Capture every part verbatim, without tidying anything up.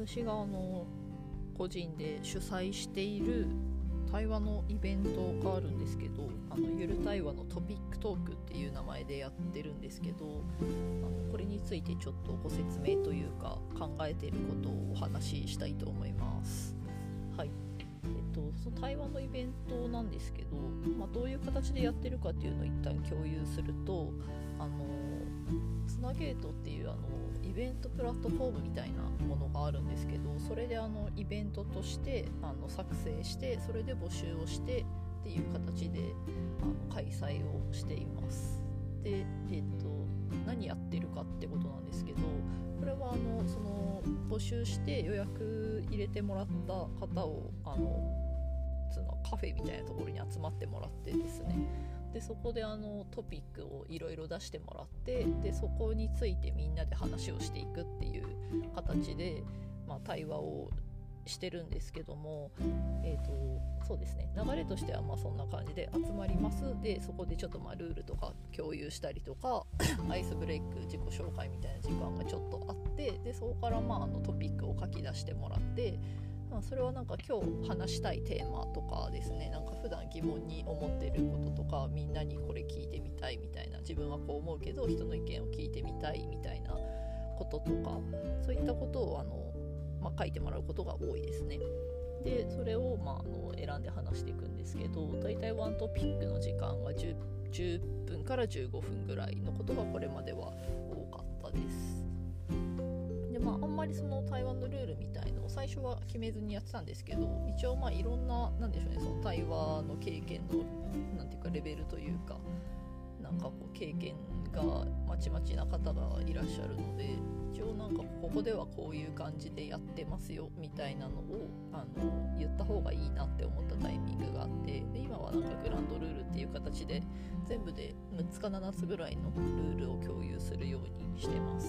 私があの個人で主催している対話のイベントがあるんですけど、あのゆる対話のトピックトークっていう名前でやってるんですけど、あのこれについてちょっとご説明というか考えていることをお話ししたいと思います。はい、えっと、その対話のイベントなんですけど、まあ、どういう形でやってるかっていうのを一旦共有すると、あのつなゲートっていうあのイベントプラットフォームみたいなものがあるんですけど、それであのイベントとしてあの作成して、それで募集をしてっていう形であの開催をしています。で、えっと、何やってるかってことなんですけど、これはあのその募集して予約入れてもらった方をあのそのカフェみたいなところに集まってもらってですね、でそこであのトピックをいろいろ出してもらって、でそこについてみんなで話をしていくっていう形で、まあ、対話をしてるんですけども、えーと、そうですね、流れとしてはまあそんな感じで集まります。でそこでちょっとまあルールとか共有したりとかアイスブレイク、自己紹介みたいな時間がちょっとあって、でそこからまああのトピックを書き出してもらって、まあ、それはなんか今日話したいテーマとかですね、なんか普段疑問に思ってることとか、みんなにこれ聞いてみたいみたいな、自分はこう思うけど人の意見を聞いてみたいみたいなこととか、そういったことをあの、まあ、書いてもらうことが多いですね。でそれを、まあ、あの選んで話していくんですけど、だいたいワントピックの時間が 10, じゅっぷんからじゅうごふんぐらいのことがこれまでは多かったです。でまあ、あんまりその対話のルールみたいのを最初は決めずにやってたんですけど、一応まあいろんな、なんでしょうね、その対話の経験のなんていうかレベルというか、なんかこう経験がまちまちな方がいらっしゃるので、一応なんかここではこういう感じでやってますよみたいなのをあの言った方がいいなって思ったタイミングがあって、で今はなんかグランドルールっていう形で全部でむっつかななつぐらいのルールを共有するようにしてます。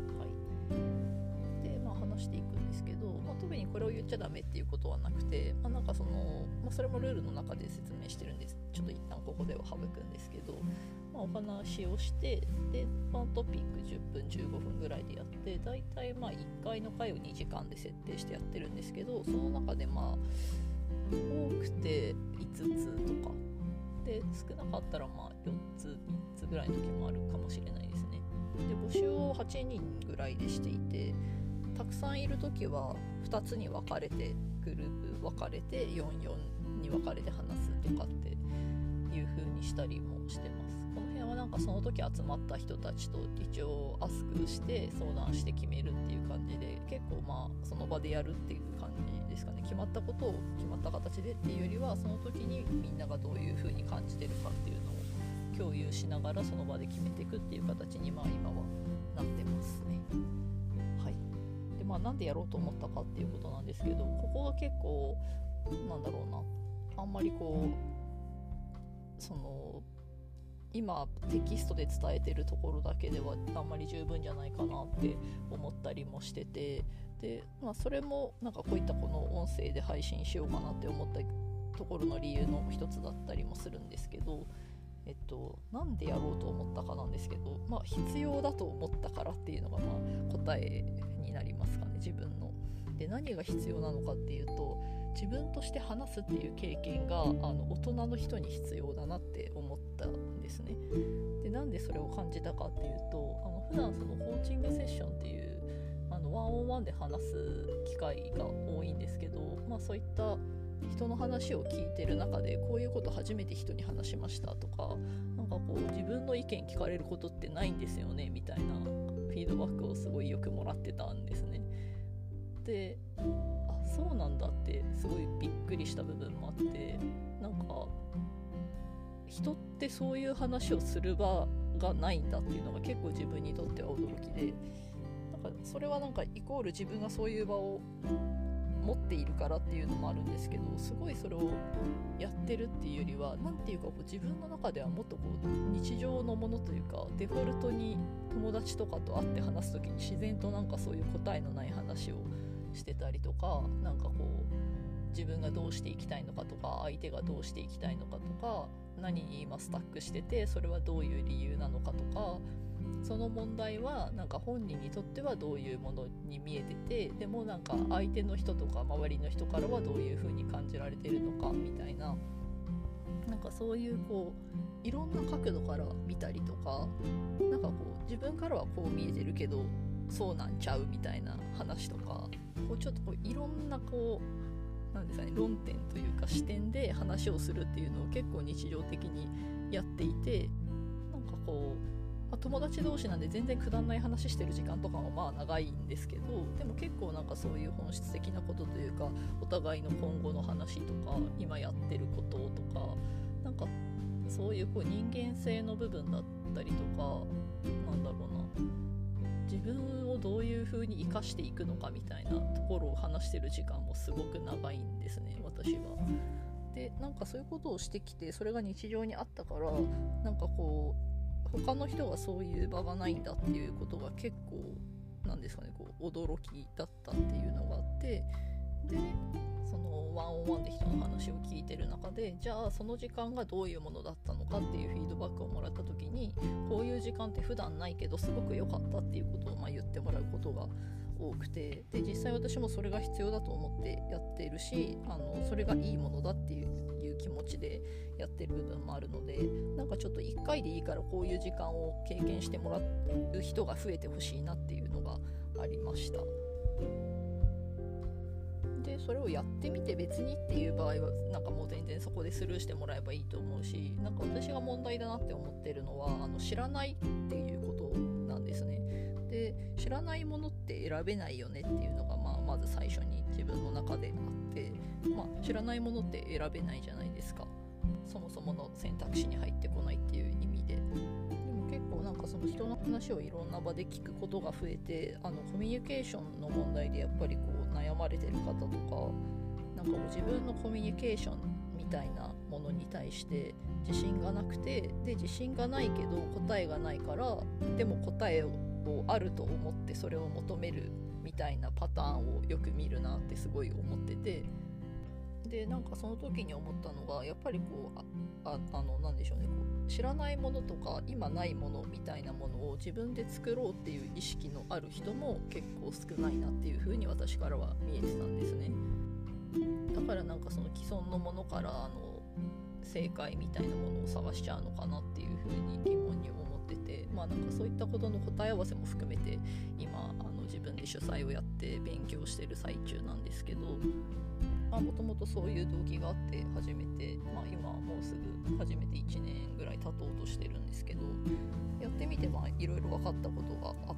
でまあ話していくんですけど、まあ、特にこれを言っちゃダメっていうことはなくて、まあ、なんかその、まあ、それもルールの中で説明してるんです。ちょっと一旦ここでは省くんですけど、まあ、お話をして、でワントピックじゅっぷんじゅうごふんぐらいでやって、だいたいまあいっかいの回をにじかんで設定してやってるんですけど、その中でまあ多くていつつとかで、少なかったらまあよっつみっつぐらいの時もあるかもしれないですね。で募集をはちにんぐらいでしていて、たくさんいるときはふたつに分かれて、グループ分かれてよんよんに分かれて話すとかっていう風にしたりもしてます。この辺はなんかその時集まった人たちと一応アスクして相談して決めるっていう感じで、結構まあその場でやるっていう感じですかね。決まったことを決まった形でっていうよりは、その時にみんながどういう風に感じてるかっていうのを共有しながらその場で決めていくっていう形にまあ今はなってますね。はい。でまあなんでやろうと思ったかっていうことなんですけど、ここが結構なんだろうな、あんまりこうその今テキストで伝えてるところだけではあんまり十分じゃないかなって思ったりもしてて、でまあそれもなんかこういったこの音声で配信しようかなって思ったところの理由の一つだったりもするんですけど、えっと、なんでやろうと思ったかなんですけど、まあ、必要だと思ったからっていうのがまあ答えになりますかね、自分の。で何が必要なのかっていうと、自分として話すっていう経験があの大人の人に必要だなって思ったんですね。でなんでそれを感じたかっていうと、あの普段そのコーチングセッションっていうあのワンオンワンで話す機会が多いんですけど、まあ、そういった人の話を聞いてる中で、こういうこと初めて人に話しましたとか、なんかこう自分の意見聞かれることってないんですよねみたいなフィードバックをすごいよくもらってたんですね。で、あ、そうなんだってすごいびっくりした部分もあって、なんか人ってそういう話をする場がないんだっていうのが結構自分にとっては驚きで、なんかそれはなんかイコール自分がそういう場を持っているからっていうのもあるんですけど、すごいそれをやってるっていうよりは、なんていうかこう自分の中ではもっとこう日常のものというか、デフォルトに友達とかと会って話すときに自然となんかそういう答えのない話をしてたりとか、なんかこう自分がどうしていきたいのかとか、相手がどうしていきたいのかとか、何に今スタックしててそれはどういう理由なのかとか、 その問題はなんか本人にとってはどういうものに見えてて、でもなんか相手の人とか周りの人からはどういう風に感じられてるのかみたいな、なんかそういうこういろんな角度から見たりとか、なんかこう自分からはこう見えてるけどそうなんちゃうみたいな話とか、こうちょっとこういろんなこうなんですかね、論点というか視点で話をするっていうのを結構日常的にやっていて、なんかこう、まあ、友達同士なんで全然くだんない話してる時間とかもまあ長いんですけど、でも結構なんかそういう本質的なことというか、お互いの今後の話とか今やってることとか、なんかそういうこう人間性の部分だったりとか、なんだろうな、自分をどういう風に生かしていくのかみたいなところを話してる時間もすごく長いんですね、私は。で、なんかそういうことをしてきて、それが日常にあったから、なんかこう他の人がそういう場がないんだっていうことが結構なんですかね、こう驚きだったっていうのがあって、でそのワンオンワンで人の話を聞いてる中で、じゃあその時間がどういうものだったのかっていうフィードバックをもらった時に、こういう時間って普段ないけどすごく良かったっていうことをまあ言ってもらうことが多くて、で実際私もそれが必要だと思ってやっているし、あのそれがいいものだっていう気持ちでやってる部分もあるので、なんかちょっといっかいでいいからこういう時間を経験してもらう人が増えてほしいなっていうのがありました。でそれをやってみて別にっていう場合はなんかもう全然そこでスルーしてもらえばいいと思うし、なんか私が問題だなって思ってるのは、あの知らないっていうことなんですね。で知らないものって選べないよねっていうのが、まあ、まず最初に自分の中であって、まあ、知らないものって選べないじゃないですか、そもそもの選択肢に入ってこないっていう意味で。でも結構なんかその人の話をいろんな場で聞くことが増えて、あのコミュニケーションの問題でやっぱりこう悩まれてる方とか、なんかもう自分のコミュニケーションみたいなものに対して自信がなくて、で自信がないけど答えがないから、でも答えをあると思ってそれを求めるみたいなパターンをよく見るなってすごい思ってて、でなんかその時に思ったのが、やっぱりこうあああのなんでしょうね、こう知らないものとか今ないものみたいなものを自分で作ろうっていう意識のある人も結構少ないなっていう風に私からは見えてたんですね。だからなんかその既存のものからあの正解みたいなものを探しちゃうのかなっていう風に疑問に思ってて、まあなんかそういったことの答え合わせも含めて今あの自分で主催をやって勉強してる最中なんですけど、もともとそういう動機があって始めて、まあ、今はもうすぐ始めていちねんぐらい経とうとしてるんですけど、やってみてまあいろいろ分かったことがあって、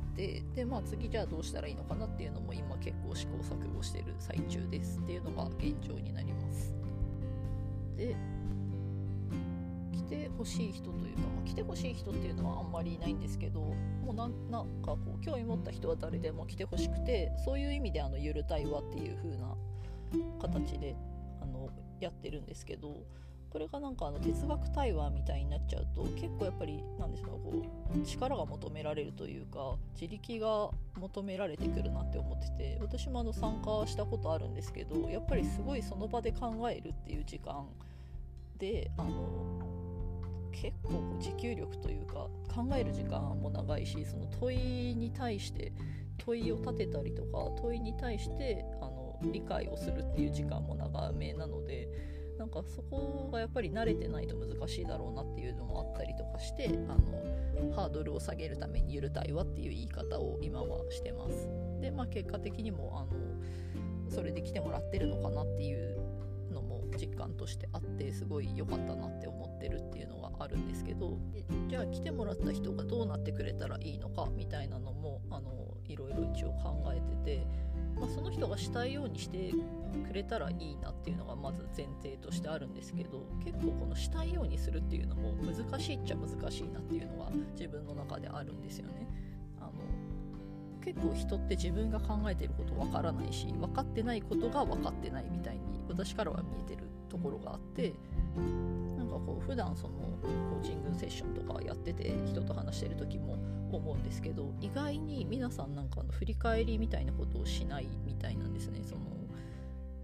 で、まあ、次じゃあどうしたらいいのかなっていうのも今結構試行錯誤してる最中ですっていうのが現状になります。で来てほしい人というか、まあ、来てほしい人っていうのはあんまりいないんですけど、もうな ん, なんかこう興味持った人は誰でも来てほしくて、そういう意味であのゆる対話っていう風な形であのやってるんですけど、これがなんかあの哲学対話みたいになっちゃうと結構やっぱりなんでしょう、こう力が求められるというか自力が求められてくるなって思ってて、私もあの参加したことあるんですけど、やっぱりすごいその場で考えるっていう時間であの結構持久力というか考える時間も長いし、その問いに対して問いを立てたりとか問いに対してあの理解をするっていう時間も長めなので、なんかそこがやっぱり慣れてないと難しいだろうなっていうのもあったりとかして、あのハードルを下げるためにゆる対話っていう言い方を今はしてます。で、まあ、結果的にもあのそれで来てもらってるのかなっていうのも実感としてあって、すごい良かったなって思ってるっていうのがあるんですけど、じゃあ来てもらった人がどうなってくれたらいいのかみたいなのもあのいろいろ一応考えてて、まあ、その人がしたいようにしてくれたらいいなっていうのがまず前提としてあるんですけど、結構このしたいようにするっていうのも難しいっちゃ難しいなっていうのが自分の中であるんですよね。あの結構人って自分が考えてることわからないし、分かってないことが分かってないみたいに私からは見えてるところがあって、なんかこう普段そのコーチングセッションとかやってて人と話してる時も思うんですけど、意外に皆さんなんかの振り返りみたいなことをしないみたいなんですね。その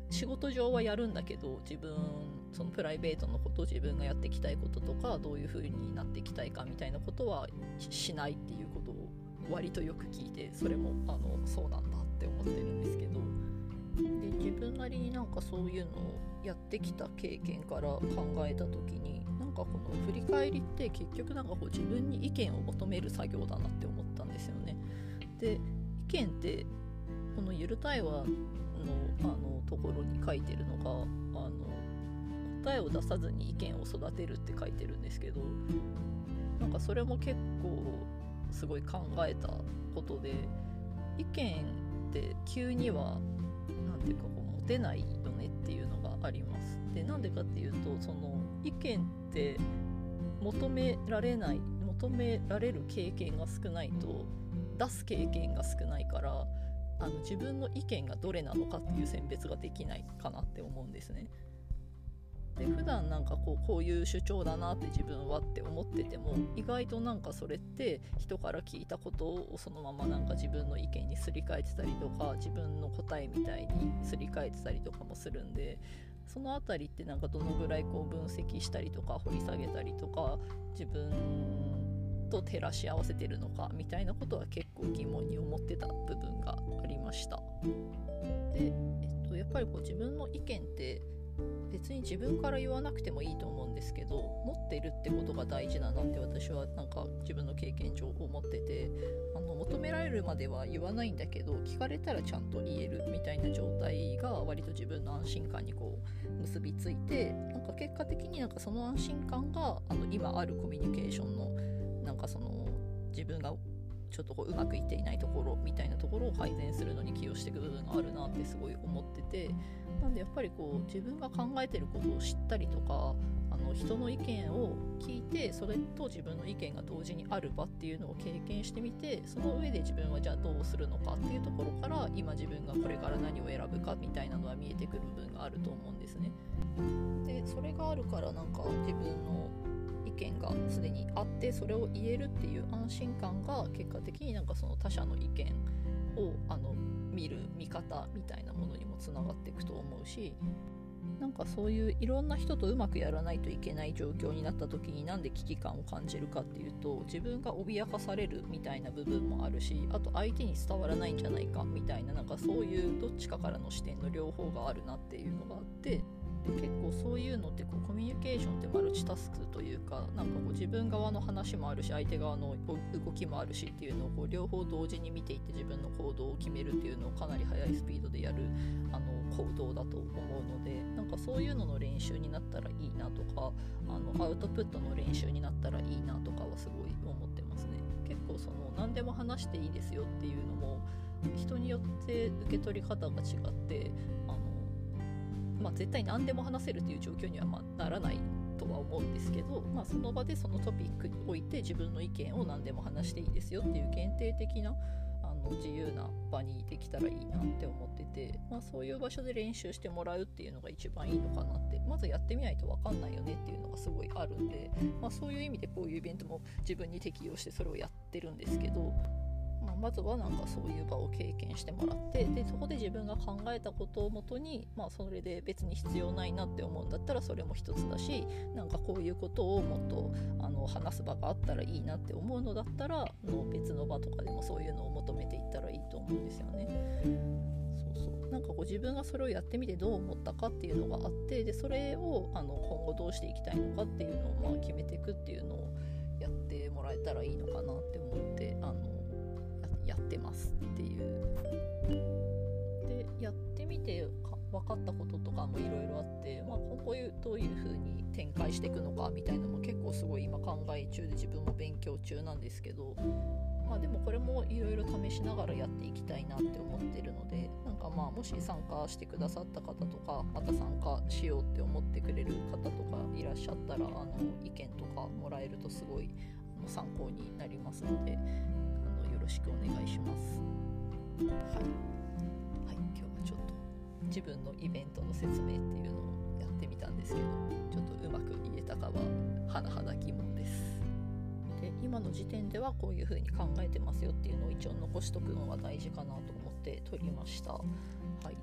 仕事上はやるんだけど、自分そのプライベートのこと、自分がやっていきたいこととか、どういう風になっていきたいかみたいなことはしないっていうことを割とよく聞いて、それもあのそうなんだって思ってるんですけど、で自分なりになんかそういうのをやってきた経験から考えた時に、なんかこの振り返りって結局なんかこう自分に意見を求める作業だなって思ったんですよね。で意見ってこのゆる対話のあのところに書いてるのが、あの答えを出さずに意見を育てるって書いてるんですけど、なんかそれも結構すごい考えたことで、意見って急にはなんていうかこう持てないよねっていうのがあります。でなんでかっていうと、その意見って求められない求められる経験が少ないと出す経験が少ないから、あの自分の意見がどれなのかっていう選別ができないかなって思うんですね。で普段なんかこうこういう主張だなって自分はって思ってても、意外となんかそれって人から聞いたことをそのままなんか自分の意見にすり替えてたりとか、自分の答えみたいにすり替えてたりとかもするんで、そのあたりってなんかどのぐらいこう分析したりとか掘り下げたりとか、自分と照らし合わせてるのかみたいなことは結構疑問に思ってた部分がありました。で、えっと、やっぱりこう自分の意見って別に自分から言わなくてもいいと思うんですけど、持ってるってことが大事だなって私はなんか自分の経験上思ってて、あの求められるまでは言わないんだけど、聞かれたらちゃんと言えるみたいな状態が割と自分の安心感にこう結びついて、なんか結果的になんかその安心感があの今あるコミュニケーションのなんかその自分がちょっとこううまくいっていないところみたいなところを改善するのに寄与していく部分があるなってすごい思ってて、なんでやっぱりこう自分が考えてることを知ったりとか、あの人の意見を聞いて、それと自分の意見が同時にある場っていうのを経験してみて、その上で自分はじゃあどうするのかっていうところから、今自分がこれから何を選ぶかみたいなのは見えてくる部分があると思うんですね。でそれがあるから、なんか自分の意見がすでにあってそれを言えるっていう安心感が結果的になんかその他者の意見をあの見る見方みたいなものにもつながっていくと思うし、なんかそういういろんな人とうまくやらないといけない状況になった時になんで危機感を感じるかっていうと、自分が脅かされるみたいな部分もあるし、あと相手に伝わらないんじゃないかみたいな、なんかそういうどっちかからの視点の両方があるなっていうのがあって、で結構そういうのってこうコミュニケーションってマルチタスクというか、なんかこう自分側の話もあるし相手側の動きもあるしっていうのをこう両方同時に見ていって自分の行動を決めるっていうのをかなり速いスピードでやるあの行動だと思うので、なんかそういうのの練習になったらいいなとか、あのアウトプットの練習になったらいいなとかはすごい思ってますね。結構その何でも話していいですよっていうのも人によって受け取り方が違って、あのまあ、絶対何でも話せるという状況にはまあならないとは思うんですけど、まあ、その場でそのトピックにおいて自分の意見を何でも話していいですよっていう限定的なあの自由な場にできたらいいなって思ってて、まあ、そういう場所で練習してもらうっていうのが一番いいのかなって、まずやってみないと分かんないよねっていうのがすごいあるんで、まあ、そういう意味でこういうイベントも自分に適用してそれをやってるんですけど、まあ、まずはなんかそういう場を経験してもらって、でそこで自分が考えたことをもとに、まあ、それで別に必要ないなって思うんだったらそれも一つだし、なんかこういうことをもっとあの話す場があったらいいなって思うのだったら、あの別の場とかでもそういうのを求めていったらいいと思うんですよね。そうそう、なんかこう自分がそれをやってみてどう思ったかっていうのがあって、でそれをあの今後どうしていきたいのかっていうのをまあ決めていくっていうのをやってもらえたらいいのかなって思って、あのやってますっていう。でやってみて分かったこととかもいろいろあって、まあ、今後どういう風に展開していくのかみたいなのも結構すごい今考え中で自分も勉強中なんですけど、まあ、でもこれもいろいろ試しながらやっていきたいなって思ってるので、なんかまあもし参加してくださった方とかまた参加しようって思ってくれる方とかいらっしゃったら、あの意見とかもらえるとすごいあの参考になりますので、よろしくお願いします。はい、はい、今日はちょっと自分のイベントの説明っていうのをやってみたんですけど、ちょっとうまく言えたかは甚だ疑問です。で今の時点ではこういう風に考えてますよっていうのを一応残しとくのが大事かなと思って撮りました。はい、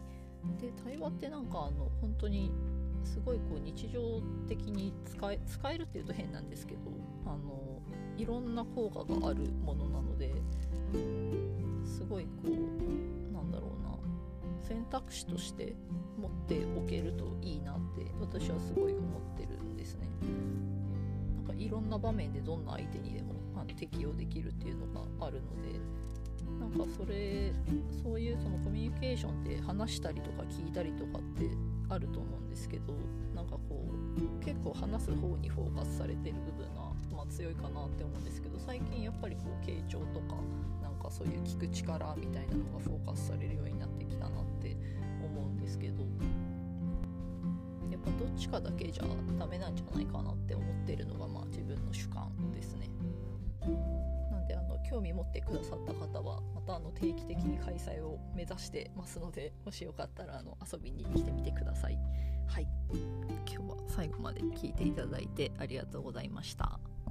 で対話ってなんかあの本当にすごいこう日常的に使え、使えるっていうと変なんですけど、あのいろんな効果があるものなので、すごいこうなんだろうな、選択肢として持っておけるといいなって私はすごい思ってるんですね。なんかいろんな場面でどんな相手にでもあの適用できるっていうのがあるので、なんかそれそういうそのコミュニケーションって話したりとか聞いたりとかってあると思うんですけど、なんかこう結構話す方にフォーカスされてる部分が、まあ、強いかなって思うんですけど、最近やっぱりこう傾聴とかなんかそういう聞く力みたいなのがフォーカスされるようになってきたなって思うんですけど、やっぱどっちかだけじゃダメなんじゃないかなって思ってるのが、まあ、自分の主観ですね。なんであの興味持ってくださった方はまたあの定期的に開催を目指してますので、もしよかったらあの遊びに来てみてください。はい、今日は最後まで聞いていただいてありがとうございました。